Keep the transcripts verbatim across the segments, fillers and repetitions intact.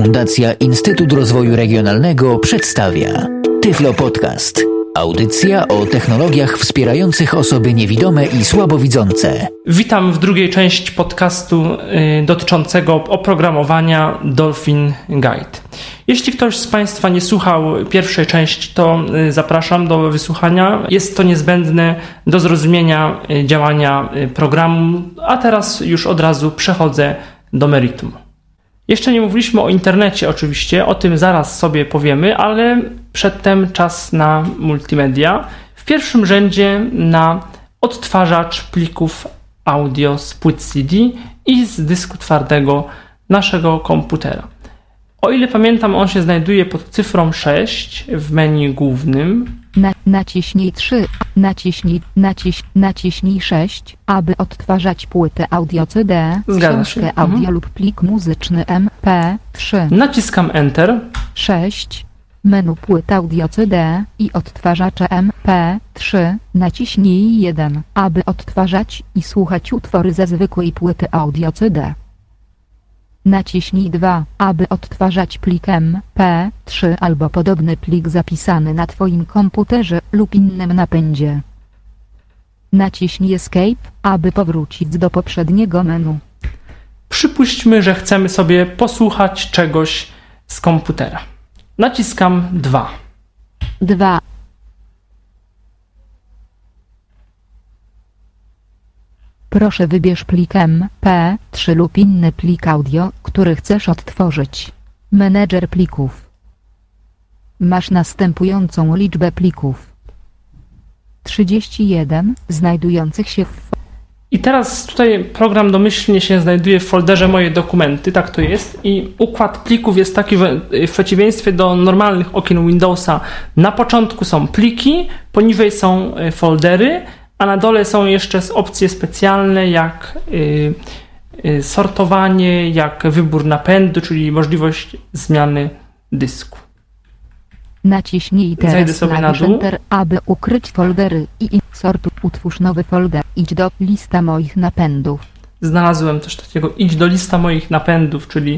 Fundacja Instytut Rozwoju Regionalnego przedstawia Tyflo Podcast. Audycja o technologiach wspierających osoby niewidome i słabowidzące. Witam w drugiej części podcastu y, dotyczącego oprogramowania Dolphin Guide. Jeśli ktoś z Państwa nie słuchał pierwszej części, to y, zapraszam do wysłuchania. Jest to niezbędne do zrozumienia y, działania y, programu, a teraz już od razu przechodzę do meritum. Jeszcze nie mówiliśmy o internecie oczywiście, o tym zaraz sobie powiemy, ale przedtem czas na multimedia. W pierwszym rzędzie na odtwarzacz plików audio z płyt C D i z dysku twardego naszego komputera. O ile pamiętam, on się znajduje pod cyfrą sześć w menu głównym. Na, naciśnij trzy, naciśnij, naciś, naciśnij sześć, aby odtwarzać płytę audio C D, Zgadza książkę się. audio Mhm. lub plik muzyczny M P trzy. Naciskam Enter. sześć. Menu płyt audio C D i odtwarzacze M P trzy. Naciśnij jeden, aby odtwarzać i słuchać utwory ze zwykłej płyty audio C D. Naciśnij dwa, aby odtwarzać plik M P trzy albo podobny plik zapisany na Twoim komputerze lub innym napędzie. Naciśnij Escape, aby powrócić do poprzedniego menu. Przypuśćmy, że chcemy sobie posłuchać czegoś z komputera. Naciskam dwa. dwa. Proszę wybierz plik M P trzy lub inny plik audio, który chcesz odtworzyć. Menedżer plików. Masz następującą liczbę plików. trzydzieści jeden, znajdujących się w... I teraz tutaj program domyślnie się znajduje w folderze Moje dokumenty, tak to jest. I układ plików jest taki, w, w przeciwieństwie do normalnych okien Windowsa. Na początku są pliki, poniżej są foldery, a na dole są jeszcze opcje specjalne jak y, y, sortowanie, jak wybór napędu, czyli możliwość zmiany dysku. Naciśnij Zajdę teraz sobie na klawisz dół. Enter, aby ukryć foldery i, i sortu. Utwórz nowy folder. Idź do lista moich napędów. Znalazłem też takiego idź do lista moich napędów, czyli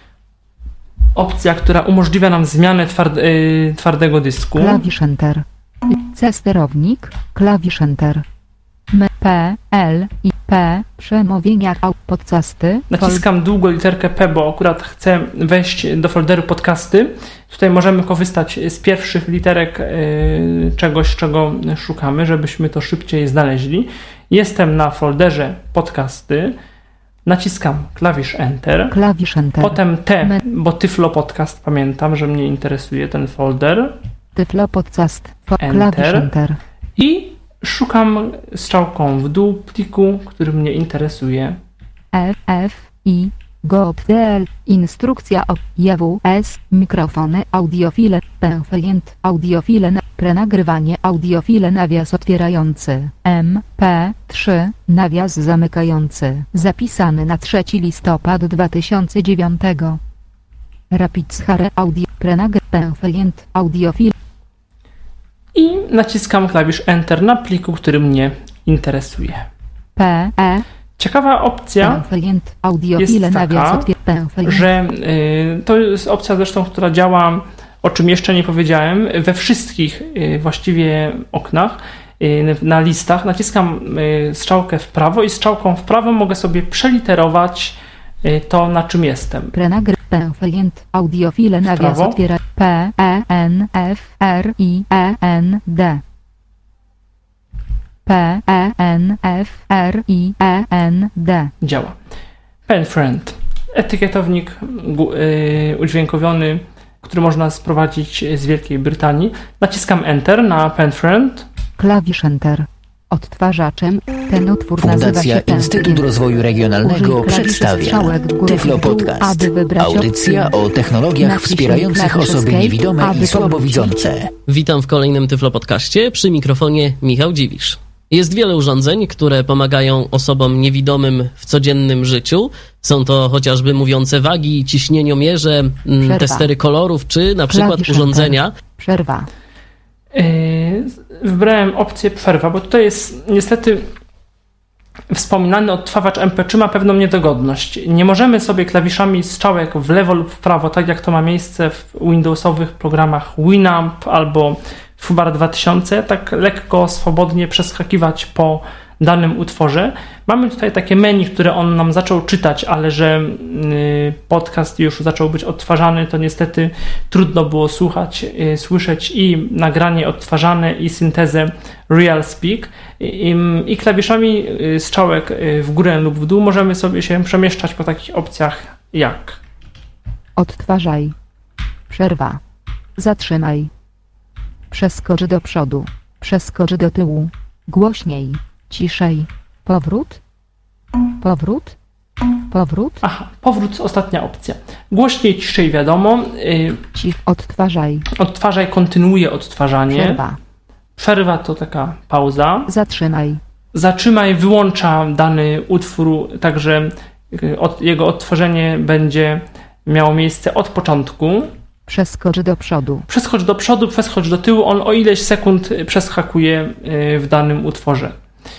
opcja, która umożliwia nam zmianę tward, y, twardego dysku. Klawisz Enter. C sterownik, klawisz Enter. M, P, L, I, P, przemówienia, A, podcasty. Naciskam długo literkę P, bo akurat chcę wejść do folderu podcasty. Tutaj możemy korzystać z pierwszych literek y, czegoś, czego szukamy, żebyśmy to szybciej znaleźli. Jestem na folderze podcasty. Naciskam klawisz Enter. Klawisz Enter. Potem T, bo Tyflo Podcast, pamiętam, że mnie interesuje ten folder. Tyflo Podcast. Fo- Enter. Klawisz Enter. I szukam strzałką w dół pliku, który mnie interesuje. F, F, I, G-O-P-L, instrukcja o J W S, mikrofony, audiofile, pęfejent, audiofile, na- prenagrywanie, audiofile, nawias otwierający, M P trzy, nawias zamykający, zapisany na trzeciego listopada dwa tysiące dziewiątego. Rapid Share Audio, prenagr, pęfejent, audiofile. I naciskam klawisz Enter na pliku, który mnie interesuje. P, E, Ciekawa opcja, pęfejent, audiofile, jest nawias taka, otwierający, pęfejent. że y, to jest opcja zresztą, która działa, o czym jeszcze nie powiedziałem, we wszystkich y, właściwie oknach, y, na listach. Naciskam y, strzałkę w prawo i strzałką w prawo mogę sobie przeliterować y, to, na czym jestem. Prenagr, pęfejent, audiofile, nawias prawo. otwiera, P, E, N, F, R, I, E, N, D. P, E, N, F, R, I, E, N, D. Działa. PenFriend. Etykietownik gu- y, udźwiękowiony, który można sprowadzić z Wielkiej Brytanii. Naciskam Enter na PenFriend. Klawisz Enter. Odtwarzaczem ten utwór nazywa Fundacja się Instytut PenFriend. Rozwoju Regionalnego Użyj klawiszy przedstawia strzałek w górę Tyflo i w dół, Podcast. aby wybrać Audycja opcję. o technologiach Naciśnij wspierających klawisz osoby Escape, niewidome aby i słabowidzące. Witam w kolejnym Tyflo Podcaście, przy mikrofonie Michał Dziwisz. Jest wiele urządzeń, które pomagają osobom niewidomym w codziennym życiu. Są to chociażby mówiące wagi, ciśnieniomierze, mm, Przerwa. testery kolorów, czy na przykład Klawisz urządzenia. Enter. Przerwa. Yy, wybrałem opcję przerwa, bo tutaj jest niestety wspominany odtwarzacz em pe trzy ma pewną niedogodność. Nie możemy sobie klawiszami strzałek w lewo lub w prawo, tak jak to ma miejsce w Windowsowych programach Winamp albo Fubar dwa tysiące, tak lekko, swobodnie przeskakiwać po danym utworze. Mamy tutaj takie menu, które on nam zaczął czytać, ale że podcast już zaczął być odtwarzany, to niestety trudno było słuchać, słyszeć i nagranie odtwarzane, i syntezę Real Speak. I, i klawiszami strzałek w górę lub w dół możemy sobie się przemieszczać po takich opcjach jak Odtwarzaj. Przerwa. Zatrzymaj. Przeskocz do przodu. Przeskocz do tyłu. Głośniej. Ciszej. Powrót. Powrót. Powrót. Aha, powrót, ostatnia opcja. Głośniej, ciszej, wiadomo. Cich. Odtwarzaj. Odtwarzaj, kontynuuje odtwarzanie. Przerwa. Przerwa to taka pauza. Zatrzymaj. Zatrzymaj, wyłącza dany utwór, także od, jego odtworzenie będzie miało miejsce od początku. Przeskocz do przodu. Przeskocz do przodu, przeskocz do tyłu. On o ileś sekund przeskakuje w danym utworze.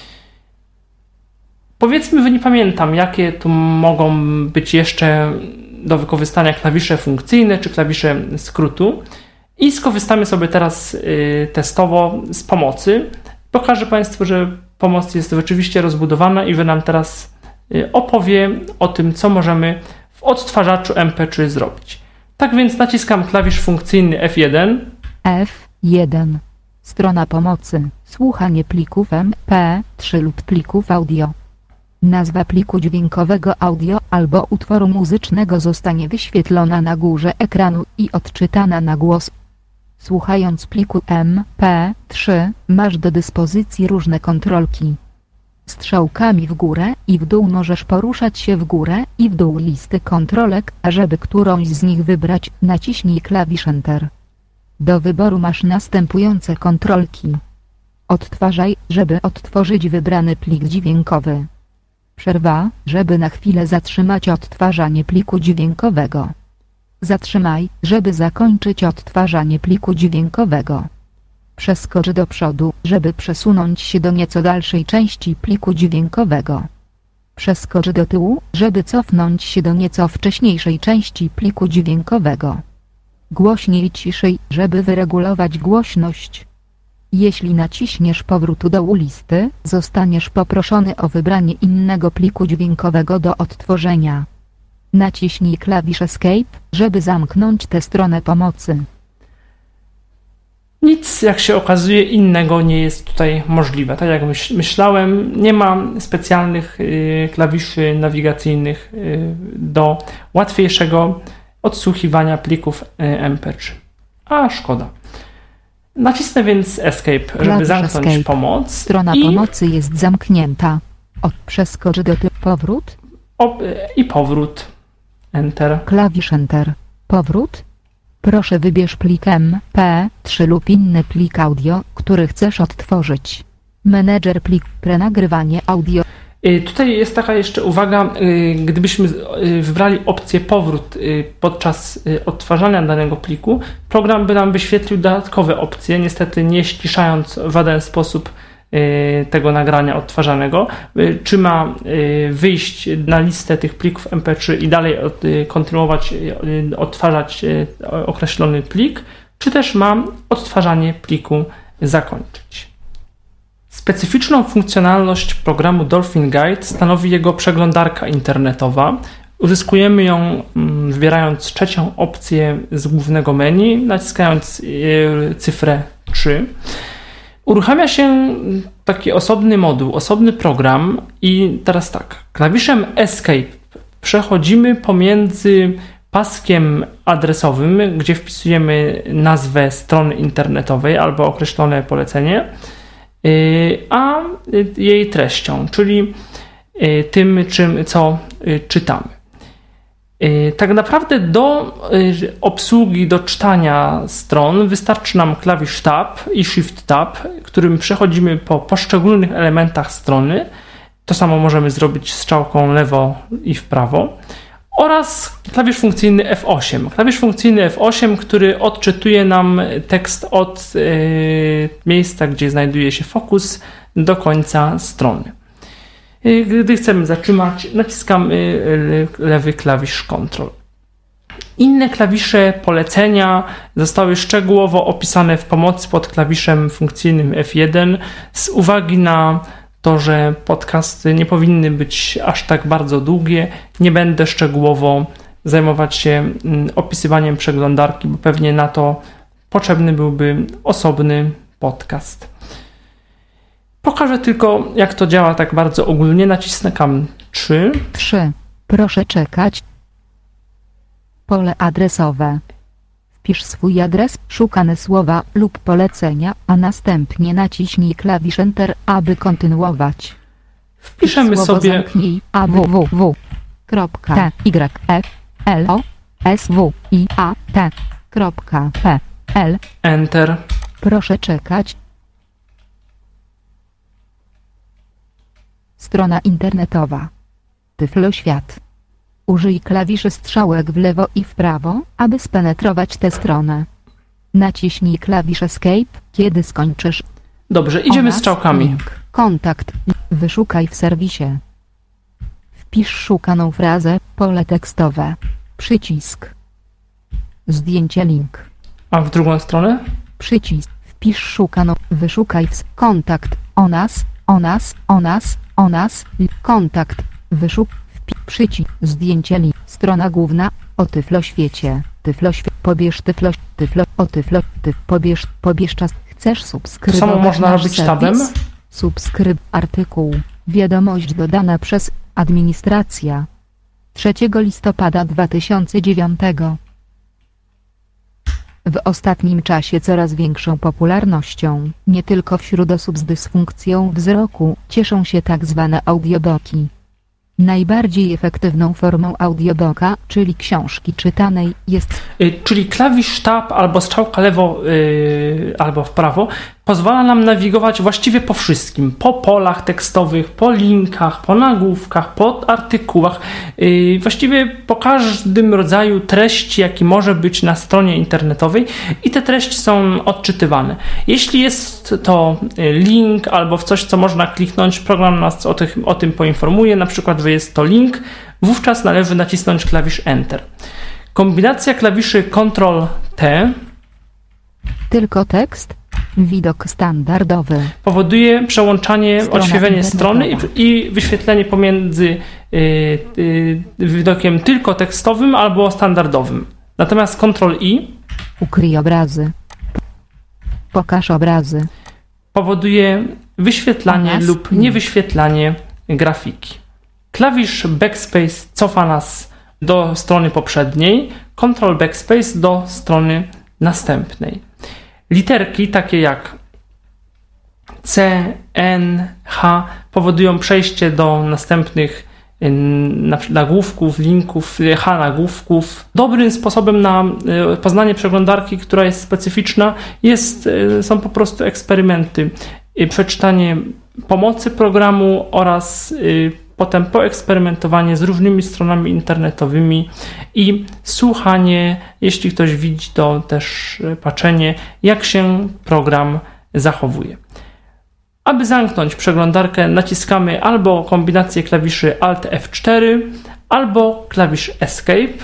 Powiedzmy, że nie pamiętam, jakie tu mogą być jeszcze do wykorzystania klawisze funkcyjne czy klawisze skrótu. I skorzystamy sobie teraz testowo z pomocy. Pokażę Państwu, że pomoc jest rzeczywiście rozbudowana i że nam teraz opowie o tym, co możemy w odtwarzaczu em pe trzy zrobić. Tak więc naciskam klawisz funkcyjny F jeden. F jeden. Strona pomocy. Słuchanie plików em pe trzy lub plików audio. Nazwa pliku dźwiękowego audio albo utworu muzycznego zostanie wyświetlona na górze ekranu i odczytana na głos. Słuchając pliku em pe trzy, masz do dyspozycji różne kontrolki. Strzałkami w górę i w dół możesz poruszać się w górę i w dół listy kontrolek, a żeby którąś z nich wybrać, naciśnij klawisz Enter. Do wyboru masz następujące kontrolki. Odtwarzaj, żeby odtworzyć wybrany plik dźwiękowy. Przerwa, żeby na chwilę zatrzymać odtwarzanie pliku dźwiękowego. Zatrzymaj, żeby zakończyć odtwarzanie pliku dźwiękowego. Przeskocz do przodu, żeby przesunąć się do nieco dalszej części pliku dźwiękowego. Przeskocz do tyłu, żeby cofnąć się do nieco wcześniejszej części pliku dźwiękowego. Głośniej, ciszej, żeby wyregulować głośność. Jeśli naciśniesz powrót do listy, zostaniesz poproszony o wybranie innego pliku dźwiękowego do odtworzenia. Naciśnij klawisz Escape, żeby zamknąć tę stronę pomocy. Nic, jak się okazuje, innego nie jest tutaj możliwe. Tak jak myśl, myślałem, nie ma specjalnych y, klawiszy nawigacyjnych y, do łatwiejszego odsłuchiwania plików y, em pe trzy. A szkoda. Nacisnę więc Escape, żeby Klawisz zamknąć Escape. pomoc. Strona i, pomocy jest zamknięta. Od przeskocz do tyłu. Powrót. O, I powrót. Enter. Klawisz Enter. Powrót. Proszę wybierz plik em pe trzy lub inny plik audio, który chcesz odtworzyć. Menedżer plik, prenagrywanie audio. Tutaj jest taka jeszcze uwaga, gdybyśmy wybrali opcję powrót podczas odtwarzania danego pliku, program by nam wyświetlił dodatkowe opcje, niestety nie ściszając w żaden sposób tego nagrania odtwarzanego. Czy ma wyjść na listę tych plików em pe trzy i dalej kontynuować odtwarzać określony plik, czy też ma odtwarzanie pliku zakończyć. Specyficzną funkcjonalność programu Dolphin Guide stanowi jego przeglądarka internetowa. Uzyskujemy ją wybierając trzecią opcję z głównego menu, naciskając cyfrę trzy. Uruchamia się taki osobny moduł, osobny program i teraz tak, klawiszem Escape przechodzimy pomiędzy paskiem adresowym, gdzie wpisujemy nazwę strony internetowej albo określone polecenie, a jej treścią, czyli tym, czym, co czytamy. Tak naprawdę do obsługi, do czytania stron wystarczy nam klawisz Tab i Shift Tab, którym przechodzimy po poszczególnych elementach strony. To samo możemy zrobić strzałką lewo i w prawo. Oraz klawisz funkcyjny F osiem. Klawisz funkcyjny F osiem, który odczytuje nam tekst od yy, miejsca, gdzie znajduje się fokus, do końca strony. Gdy chcemy zatrzymać, naciskamy lewy klawisz Ctrl. Inne klawisze polecenia zostały szczegółowo opisane w pomocy pod klawiszem funkcyjnym F jeden z uwagi na to, że podcasty nie powinny być aż tak bardzo długie. Nie będę szczegółowo zajmować się opisywaniem przeglądarki, bo pewnie na to potrzebny byłby osobny podcast. Pokażę tylko, jak to działa tak bardzo ogólnie. Naciskam trzy. trzy. Proszę czekać. Pole adresowe. Wpisz swój adres, szukane słowa lub polecenia, a następnie naciśnij klawisz Enter, aby kontynuować. Wpiszemy Słowo sobie zamknij a w w w kropka t y f l o s w i a t kropka p l. Enter. Proszę czekać. Strona internetowa. Tyfloświat. Użyj klawiszy strzałek w lewo i w prawo, aby spenetrować tę stronę. Naciśnij klawisz Escape, kiedy skończysz. Dobrze, idziemy Oraz strzałkami. Link. Kontakt. Wyszukaj w serwisie. Wpisz szukaną frazę, pole tekstowe. Przycisk. Zdjęcie link. A w drugą stronę? Przycisk. Wpisz szukaną. Wyszukaj w kontakt. O nas, o nas, o nas, o nas. Kontakt. Wyszuk. Wpi, przycisk. Zdjęcie link. Strona główna. O Tyfloświecie. Tyfloświat. Pobierz Tyflo. Tyflo. O Tyflo. Ty. Pobierz. Pobierz czas. Chcesz subskrybować Samo można nasz robić serwis? tabem? Subskryb. Artykuł. Wiadomość dodana przez administracja. trzeciego listopada dwa tysiące dziewiątego. W ostatnim czasie coraz większą popularnością, nie tylko wśród osób z dysfunkcją wzroku, cieszą się tak zwane audiobooki. Najbardziej efektywną formą audiobooka, czyli książki czytanej, jest... Y, czyli klawisz Tab albo strzałka lewo yy, albo w prawo pozwala nam nawigować właściwie po wszystkim. Po polach tekstowych, po linkach, po nagłówkach, po artykułach. Yy, właściwie po każdym rodzaju treści, jaki może być na stronie internetowej i te treści są odczytywane. Jeśli jest to link albo w coś, co można kliknąć, program nas o, tych, o tym poinformuje, na przykład, że jest to link, wówczas należy nacisnąć klawisz Enter. Kombinacja klawiszy Ctrl T Tylko tekst, widok standardowy. powoduje przełączanie, Strona odświeżenie strony i, internetowa. i wyświetlenie pomiędzy y, y, widokiem tylko tekstowym albo standardowym. Natomiast Ctrl I Ukryj obrazy. Pokaż obrazy. powoduje wyświetlanie Oraz lub link. niewyświetlanie grafiki. Klawisz Backspace cofa nas do strony poprzedniej, Ctrl Backspace do strony następnej. Literki takie jak C, N, H powodują przejście do następnych nagłówków, linków, H nagłówków. Dobrym sposobem na poznanie przeglądarki, która jest specyficzna, jest, są po prostu eksperymenty. Przeczytanie pomocy programu oraz potem poeksperymentowanie z różnymi stronami internetowymi i słuchanie, jeśli ktoś widzi, to też patrzenie, jak się program zachowuje. Aby zamknąć przeglądarkę, naciskamy albo kombinację klawiszy Alt F cztery, albo klawisz Escape.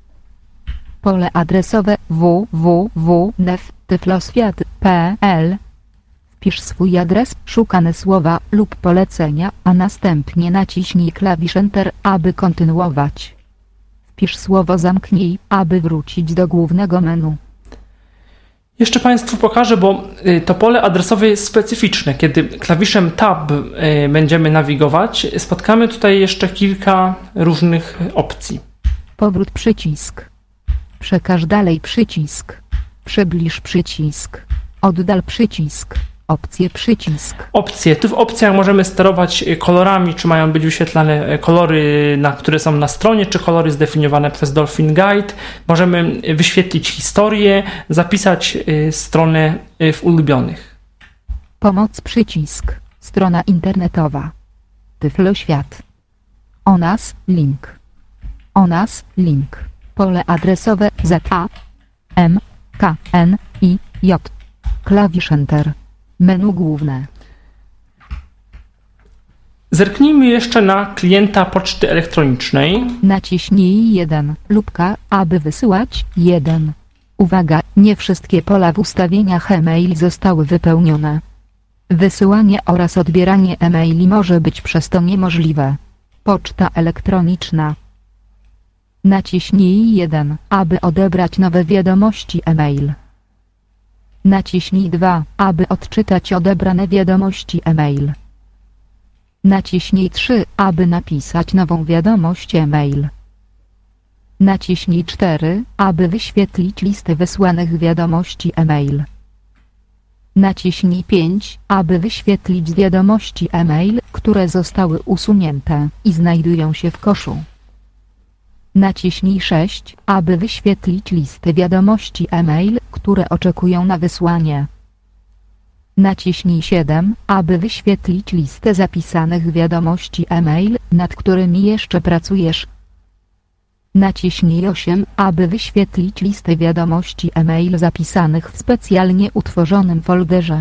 Pole adresowe w w w kropka nef tyfloswiat kropka p l. Wpisz swój adres, szukane słowa lub polecenia, a następnie naciśnij klawisz Enter, aby kontynuować. Wpisz słowo zamknij, aby wrócić do głównego menu. Jeszcze Państwu pokażę, bo to pole adresowe jest specyficzne. Kiedy klawiszem Tab będziemy nawigować, spotkamy tutaj jeszcze kilka różnych opcji. Powrót przycisk. Przekaż dalej przycisk. Przybliż przycisk. Oddal przycisk. Opcje przycisk. Opcje. Tu w opcjach możemy sterować kolorami, czy mają być wyświetlane kolory, na, które są na stronie, czy kolory zdefiniowane przez Dolphin Guide. Możemy wyświetlić historię, zapisać stronę w ulubionych. Pomoc przycisk. Strona internetowa. Tyfloświat. O nas link. O nas link. Pole adresowe Z A M K N I J. Klawisz Enter. Menu główne. Zerknijmy jeszcze na klienta poczty elektronicznej. Naciśnij jeden lubka, aby wysyłać jeden. Uwaga, nie wszystkie pola w ustawieniach e-mail zostały wypełnione. Wysyłanie oraz odbieranie e-maili może być przez to niemożliwe. Poczta elektroniczna. Naciśnij jeden, aby odebrać nowe wiadomości e-mail. Naciśnij dwa, aby odczytać odebrane wiadomości e-mail. Naciśnij trzy, aby napisać nową wiadomość e-mail. Naciśnij cztery, aby wyświetlić listę wysłanych wiadomości e-mail. Naciśnij pięć, aby wyświetlić wiadomości e-mail, które zostały usunięte i znajdują się w koszu. Naciśnij sześć, aby wyświetlić listę wiadomości e-mail, które oczekują na wysłanie. Naciśnij siedem, aby wyświetlić listę zapisanych wiadomości e-mail, nad którymi jeszcze pracujesz. Naciśnij osiem, aby wyświetlić listę wiadomości e-mail zapisanych w specjalnie utworzonym folderze.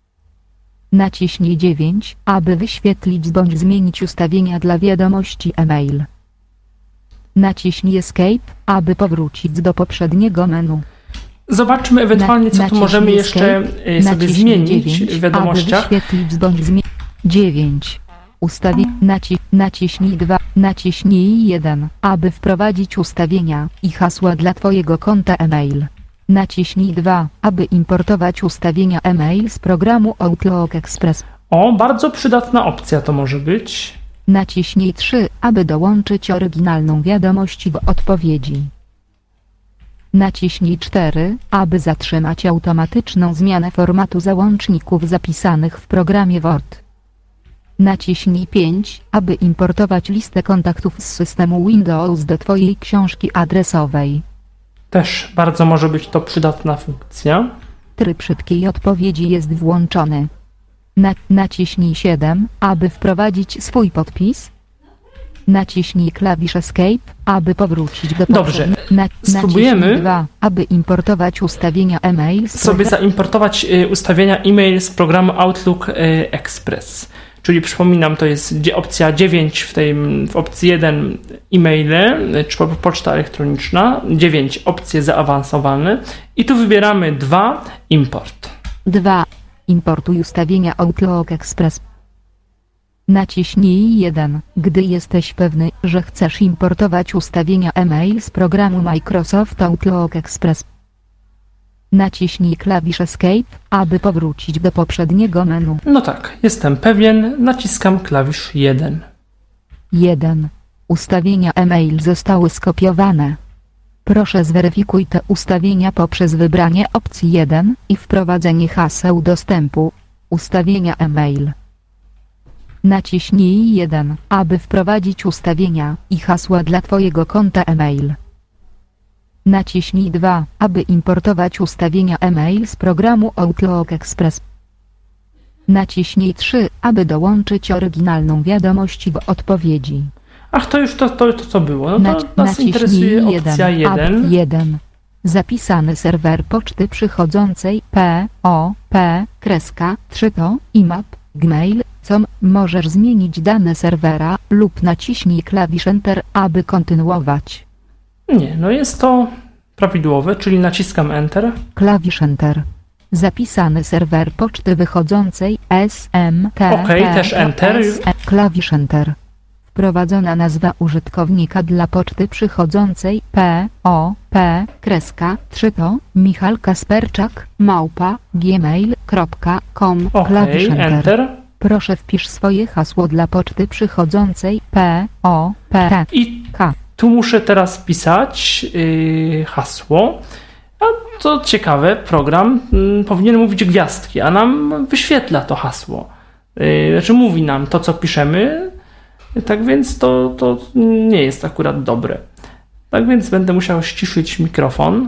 Naciśnij dziewięć, aby wyświetlić bądź zmienić ustawienia dla wiadomości e-mail. Naciśnij Escape, aby powrócić do poprzedniego menu. Zobaczmy ewentualnie, co tu możemy jeszcze sobie zmienić w wiadomościach. Aby wyświetlić bądź zmienić. dziewięć. Ustawi... Naci... Naciśnij dwa. Naciśnij jeden, aby wprowadzić ustawienia i hasła dla Twojego konta e-mail. Naciśnij dwa, aby importować ustawienia e-mail z programu Outlook Express. O, bardzo przydatna opcja to może być. Naciśnij trzy, aby dołączyć oryginalną wiadomość w odpowiedzi. Naciśnij cztery, aby zatrzymać automatyczną zmianę formatu załączników zapisanych w programie Word. Naciśnij pięć, aby importować listę kontaktów z systemu Windows do Twojej książki adresowej. Też bardzo może być to przydatna funkcja. Tryb szybkiej odpowiedzi jest włączony. Na, naciśnij siedem, aby wprowadzić swój podpis. Naciśnij klawisz Escape, aby powrócić do Dobrze, na, spróbujemy dwa, aby importować ustawienia e-mail. Sobie zaimportować y, ustawienia e-mail z programu Outlook y, Express. Czyli przypominam, to jest opcja dziewięć w tej w opcji jeden e-maile, czy poczta elektroniczna, dziewięć opcje zaawansowane i tu wybieramy dwa import. dwa. Importuj ustawienia Outlook Express. Naciśnij jeden, gdy jesteś pewny, że chcesz importować ustawienia e-mail z programu Microsoft Outlook Express. Naciśnij klawisz Escape, aby powrócić do poprzedniego menu. No tak, jestem pewien, naciskam klawisz jeden. jeden. Ustawienia e-mail zostały skopiowane. Proszę zweryfikuj te ustawienia poprzez wybranie opcji jeden i wprowadzenie haseł dostępu. Ustawienia e-mail. Naciśnij jeden, aby wprowadzić ustawienia i hasła dla Twojego konta e-mail. Naciśnij dwa, aby importować ustawienia e-mail z programu Outlook Express. Naciśnij trzy, aby dołączyć oryginalną wiadomość w odpowiedzi. Ach, to już to, to, to co było. No to nas Naciśnij interesuje opcja jeden. jeden. Zapisany serwer poczty przychodzącej P O P trzy to I M A P Gmail, co możesz zmienić dane serwera lub naciśnij klawisz Enter, aby kontynuować. Nie, no jest to prawidłowe, czyli naciskam Enter. Klawisz Enter. Zapisany serwer poczty wychodzącej S M T P. Okej, też Enter. Klawisz Enter. Wprowadzona nazwa użytkownika dla poczty przychodzącej P O P trzy to Michał Kasperczak małpa gmail kropka com. Klawisz Enter. Enter. Proszę wpisz swoje hasło dla poczty przychodzącej P O P I K. Tu muszę teraz wpisać yy, hasło. A to ciekawe, program yy, powinien mówić gwiazdki, a nam wyświetla to hasło. Yy, znaczy mówi nam to, co piszemy. Tak więc to, to nie jest akurat dobre. Tak więc będę musiał ściszyć mikrofon.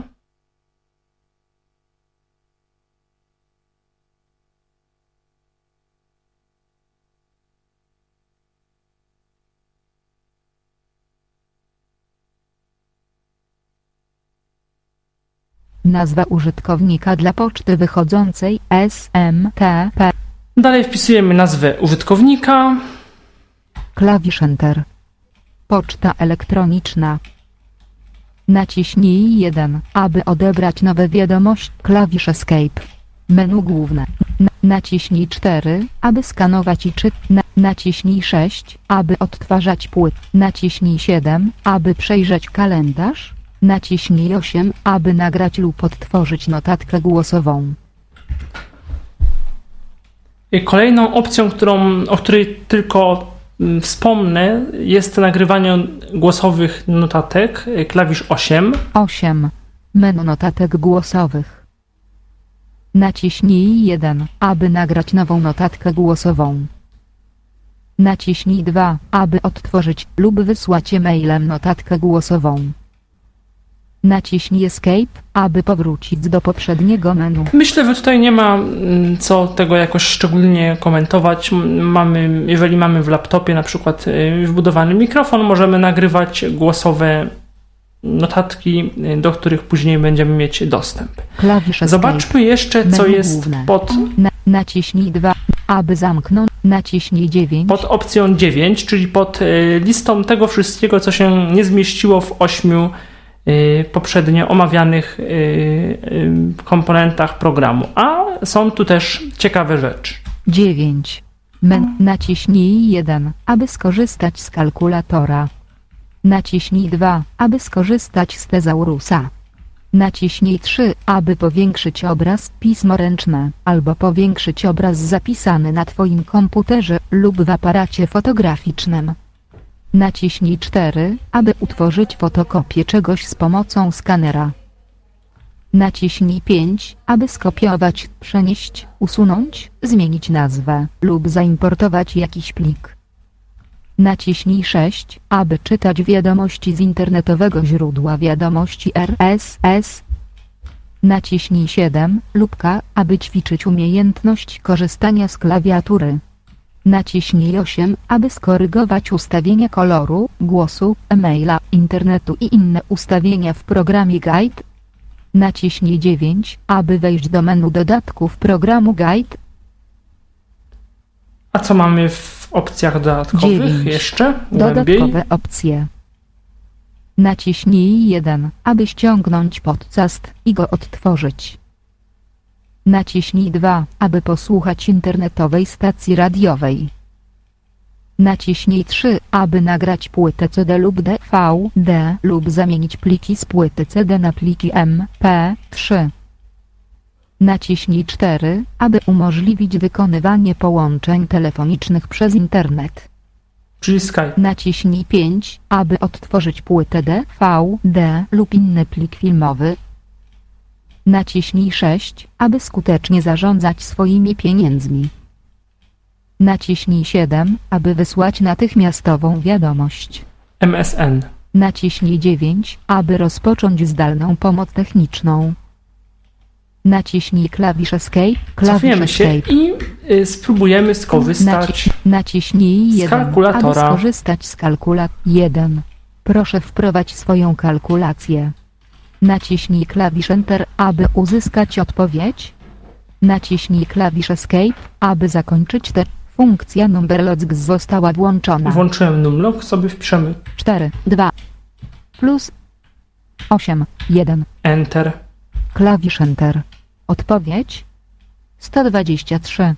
Nazwa użytkownika dla poczty wychodzącej S M T P. Dalej wpisujemy nazwę użytkownika. klawisz Enter. Poczta elektroniczna. Naciśnij jeden, aby odebrać nowe wiadomości. Klawisz Escape. Menu główne. Na, naciśnij cztery, aby skanować i czytać. Na, naciśnij sześć, aby odtwarzać płyt. Naciśnij siedem, aby przejrzeć kalendarz. Naciśnij osiem, aby nagrać lub odtworzyć notatkę głosową. Kolejną opcją, którą, o której tylko wspomnę, jest nagrywanie głosowych notatek, klawisz osiem. osiem. Menu notatek głosowych. Naciśnij jeden, aby nagrać nową notatkę głosową. Naciśnij dwa, aby odtworzyć lub wysłać e-mailem notatkę głosową. Naciśnij Escape, aby powrócić do poprzedniego menu. Myślę, że tutaj nie ma co tego jakoś szczególnie komentować. Mamy, jeżeli mamy w laptopie na przykład wbudowany mikrofon, możemy nagrywać głosowe notatki, do których później będziemy mieć dostęp. Klawisz Escape. Zobaczmy jeszcze, co menu jest główne. pod... Na, naciśnij dwa, aby zamknąć. Naciśnij dziewięć. Pod opcją dziewięć, czyli pod listą tego wszystkiego, co się nie zmieściło w ośmiu poprzednio omawianych komponentach programu. A są tu też ciekawe rzeczy. dziewięć. Men- naciśnij jeden, aby skorzystać z kalkulatora. Naciśnij dwa, aby skorzystać z tezaurusa. Naciśnij trzy, aby powiększyć obraz pismo ręczne, albo powiększyć obraz zapisany na Twoim komputerze lub w aparacie fotograficznym. Naciśnij cztery, aby utworzyć fotokopię czegoś z pomocą skanera. Naciśnij pięć, aby skopiować, przenieść, usunąć, zmienić nazwę lub zaimportować jakiś plik. Naciśnij sześć, aby czytać wiadomości z internetowego źródła wiadomości R S S. Naciśnij siedem lub K, aby ćwiczyć umiejętność korzystania z klawiatury. Naciśnij osiem, aby skorygować ustawienia koloru, głosu, e-maila, internetu i inne ustawienia w programie Guide. Naciśnij dziewięć, aby wejść do menu dodatków programu Guide. A co mamy w opcjach dodatkowych dziewięć. jeszcze? Głębiej? Dodatkowe opcje. Naciśnij jeden, aby ściągnąć podcast i go odtworzyć. Naciśnij dwa, aby posłuchać internetowej stacji radiowej. Naciśnij trzy, aby nagrać płytę C D lub D V D lub zamienić pliki z płyty C D na pliki M P trzy. Naciśnij cztery, aby umożliwić wykonywanie połączeń telefonicznych przez internet. Czyli Skype. Naciśnij pięć, aby odtworzyć płytę D V D lub inny plik filmowy. Naciśnij sześć, aby skutecznie zarządzać swoimi pieniędzmi. Naciśnij siedem, aby wysłać natychmiastową wiadomość. M S N. Naciśnij dziewięć, aby rozpocząć zdalną pomoc techniczną. Naciśnij klawisz Escape, klawisz Cofniemy się Escape. i y, spróbujemy skorzystać Naci- naciśnij z jeden, kalkulatora. aby skorzystać z kalkulatora. jeden. Proszę wprowadź swoją kalkulację. Naciśnij klawisz Enter, aby uzyskać odpowiedź. Naciśnij klawisz Escape, aby zakończyć tę. Funkcja Numberlock została włączona. Włączyłem Numlock, sobie wpiszemy cztery, dwa, plus osiem, jeden. Enter. Klawisz Enter. Odpowiedź sto dwadzieścia trzy.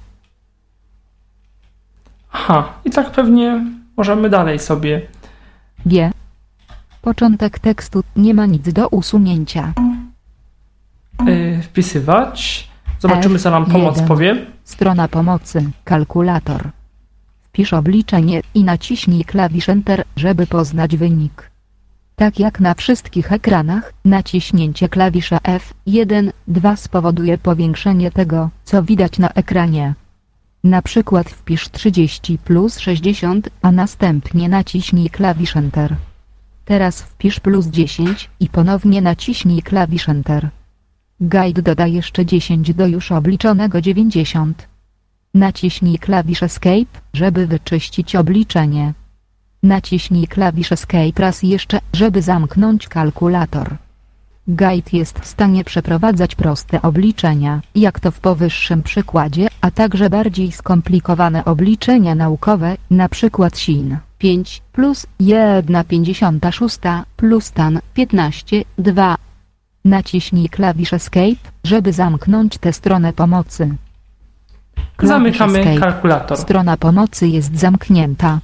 Aha, i tak pewnie możemy dalej sobie. G. Początek tekstu, nie ma nic do usunięcia. y, wpisywać. Zobaczymy, co nam pomoc jeden. powie. Strona pomocy, kalkulator. Wpisz obliczenie i naciśnij klawisz Enter, żeby poznać wynik. Tak jak na wszystkich ekranach, naciśnięcie klawisza F jeden dwa spowoduje powiększenie tego, co widać na ekranie. Na przykład wpisz trzydzieści plus sześćdziesiąt, a następnie naciśnij klawisz Enter. Teraz wpisz plus dziesięć i ponownie naciśnij klawisz Enter. Guide doda jeszcze dziesięć do już obliczonego dziewięćdziesiąt. Naciśnij klawisz Escape, żeby wyczyścić obliczenie. Naciśnij klawisz Escape raz jeszcze, żeby zamknąć kalkulator. Guide jest w stanie przeprowadzać proste obliczenia, jak to w powyższym przykładzie, a także bardziej skomplikowane obliczenia naukowe, na przykład sin, pięć plus jedna pięćdziesiąta sześć plus stan piętnaście dwa. Naciśnij klawisz Escape, żeby zamknąć tę stronę pomocy. Klawisz Zamykamy Escape. kalkulator. Strona pomocy jest zamknięta.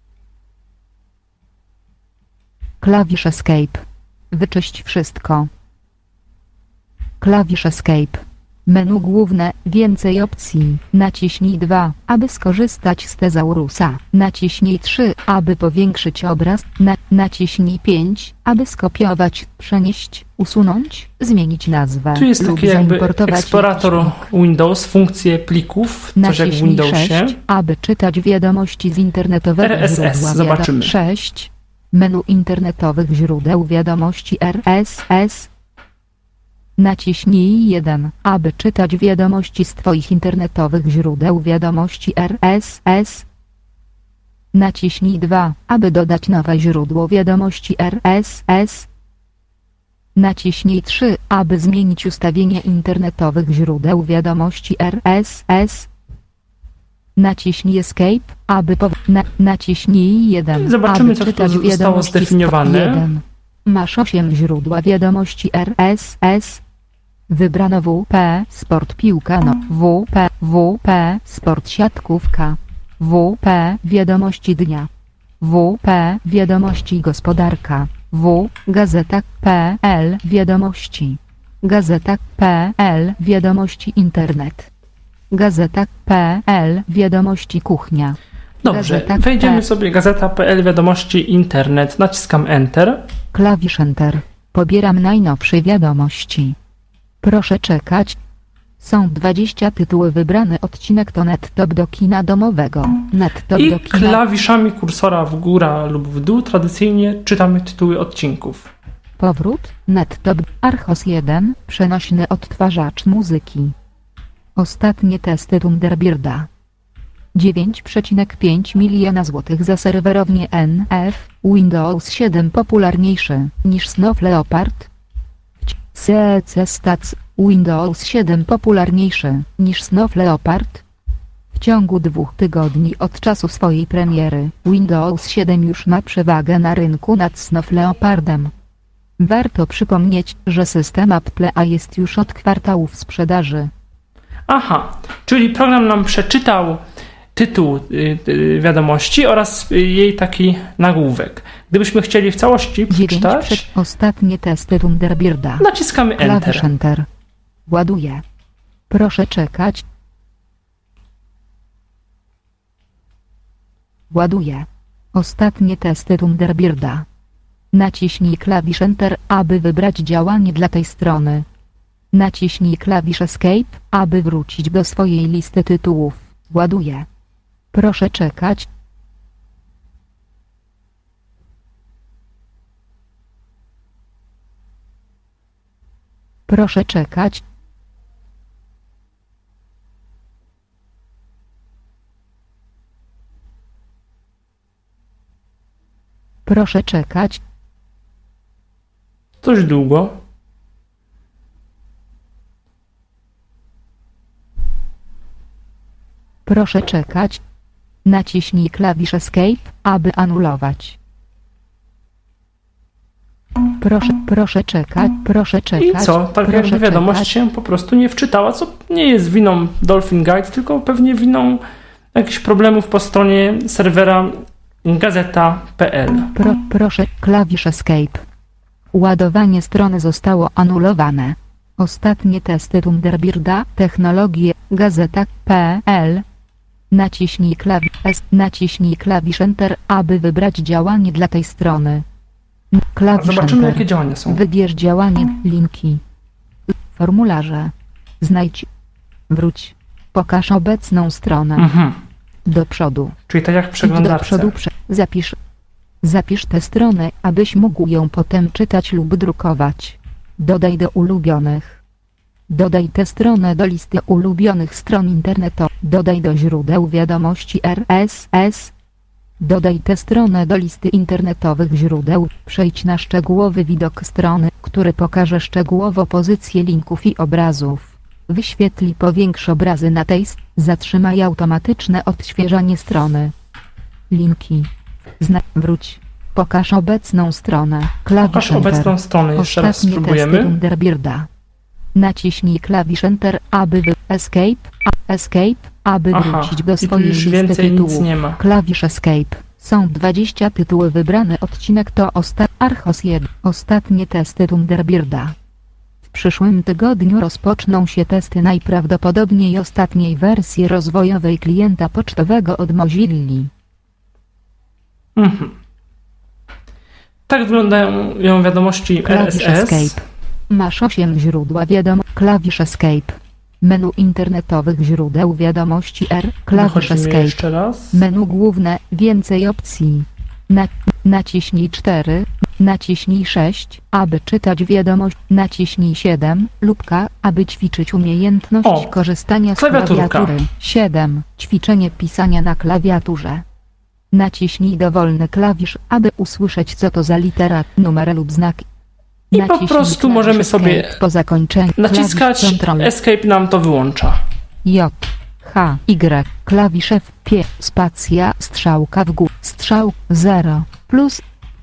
Klawisz Escape. Wyczyść wszystko. Klawisz Escape. Menu główne, więcej opcji. Naciśnij dwa, aby skorzystać z tezaurusa. Naciśnij trzy, aby powiększyć obraz. Na, naciśnij pięć, aby skopiować, przenieść, usunąć, zmienić nazwę. Tu jest lub taki jakby zaimportować eksplorator jakiś plik. Windows, funkcje plików, coś jak w Naciśnij Windowsie. sześć, aby czytać wiadomości z internetowego R S S, źródła zobaczymy. sześć. Menu internetowych źródeł wiadomości R S S. Naciśnij jeden, aby czytać wiadomości z Twoich internetowych źródeł wiadomości R S S. Naciśnij dwa, aby dodać nowe źródło wiadomości R S S. Naciśnij trzy, aby zmienić ustawienie internetowych źródeł wiadomości R S S. Naciśnij Escape, aby po... Na, naciśnij jeden, Zobaczymy, aby co tu czytać zostało wiadomości z zdefiniowane. jeden. Masz osiem źródła wiadomości R S S. Wybrano W P Sport Piłka no W P W P Sport Siatkówka W P Wiadomości Dnia W P Wiadomości Gospodarka W Gazeta P L Wiadomości Gazeta P L Wiadomości Internet Gazeta P L Wiadomości Kuchnia. Dobrze, Gazeta wejdziemy P. sobie gazeta kropka p l wiadomości internet, naciskam Enter. Klawisz Enter. Pobieram najnowsze wiadomości. Proszę czekać. Są dwadzieścia tytuły wybrany odcinek to NetTop do kina domowego. NetTop I do kina. klawiszami kursora w górę lub w dół tradycyjnie czytamy tytuły odcinków. Powrót. NetTop. Archos jeden. Przenośny odtwarzacz muzyki. Ostatnie testy Thunderbirda. dziewięć przecinek pięć miliona złotych za serwerownię N F. Windows siedem popularniejszy niż Snow Leopard. C C Stats. Windows siedem popularniejszy niż Snow Leopard. W ciągu dwóch tygodni od czasu swojej premiery, Windows siedem już ma przewagę na rynku nad Snow Leopardem. Warto przypomnieć, że system Apple jest już od kwartału w sprzedaży. Aha, czyli program nam przeczytał tytuł y, y, wiadomości oraz y, jej taki nagłówek. Gdybyśmy chcieli w całości przeczytać, dziewięć Ostatnie testy Thunderbirda. naciskamy Klawisz Enter. Enter. Ładuje. Proszę czekać. Ładuje. Ostatnie testy Thunderbirda. Naciśnij klawisz Enter, aby wybrać działanie dla tej strony. Naciśnij klawisz Escape, aby wrócić do swojej listy tytułów. Ładuje. Proszę czekać. Proszę czekać. Proszę czekać. Dość długo. Proszę czekać. Naciśnij klawisz Escape, aby anulować. Proszę, proszę czekać, proszę I czekać. co? Tak proszę jakby wiadomość czekać. się po prostu nie wczytała, co nie jest winą Dolphin Guide, tylko pewnie winą jakichś problemów po stronie serwera gazeta kropka p l. Pro, proszę, klawisz Escape. Ładowanie strony zostało anulowane. Ostatnie testy Thunderbirda, technologie, gazeta kropka p l. Naciśnij klawisz, naciśnij klawisz Enter, aby wybrać działanie dla tej strony. Klawisz Zobaczymy, Enter. jakie działania są. Wybierz działanie, linki. Formularze. Znajdź. Wróć. Pokaż obecną stronę. Mhm. Do przodu. Czyli tak jak w Idź do przeglądarce. przodu. Prze zapisz. Zapisz tę stronę, abyś mógł ją potem czytać lub drukować. Dodaj do ulubionych. Dodaj tę stronę do listy ulubionych stron internetowych. Dodaj do źródeł wiadomości R S S. Dodaj tę stronę do listy internetowych źródeł. Przejdź na szczegółowy widok strony, który pokaże szczegółowo pozycję linków i obrazów. Wyświetli powiększ obrazy na tej stronie. Zatrzymaj automatyczne odświeżanie strony. Linki. Zna- wróć. Pokaż obecną stronę. Klawisz Pokaż Enter. obecną stronę. Jeszcze raz Ostatnie spróbujemy. testy Thunderbirda. Naciśnij klawisz Enter, aby wy... Escape, a... Escape, aby Aha, wrócić do i tu swojej już listy więcej nic tytułów. nie ma. Klawisz Escape. Są dwadzieścia tytuły. Wybrany odcinek to osta... Archos jeden. Ostatnie testy Thunderbirda. W przyszłym tygodniu rozpoczną się testy najprawdopodobniej ostatniej wersji rozwojowej klienta pocztowego od Mozilli. Mhm. Tak wyglądają wiadomości R S Klawisz S. Escape. Masz osiem źródła wiadomości. Klawisz Escape. Menu internetowych źródeł wiadomości R. Klawisz Wychodzimy Escape. jeszcze raz. Menu główne. Więcej opcji. Na, naciśnij cztery. Naciśnij sześć, aby czytać wiadomość. Naciśnij siedem, lubka, aby ćwiczyć umiejętność O, korzystania z klawiaturka. klawiatury. siedem. Ćwiczenie pisania na klawiaturze. Naciśnij dowolny klawisz, aby usłyszeć, co to za litera, numer lub znak. I po Naciśnij prostu klawisz możemy Escape sobie po zakończeniu. naciskać Klawisz Ctrl. Escape nam to wyłącza. J, H, Y, klawisz F, P, spacja, strzałka w górę, strzał, zero, plus,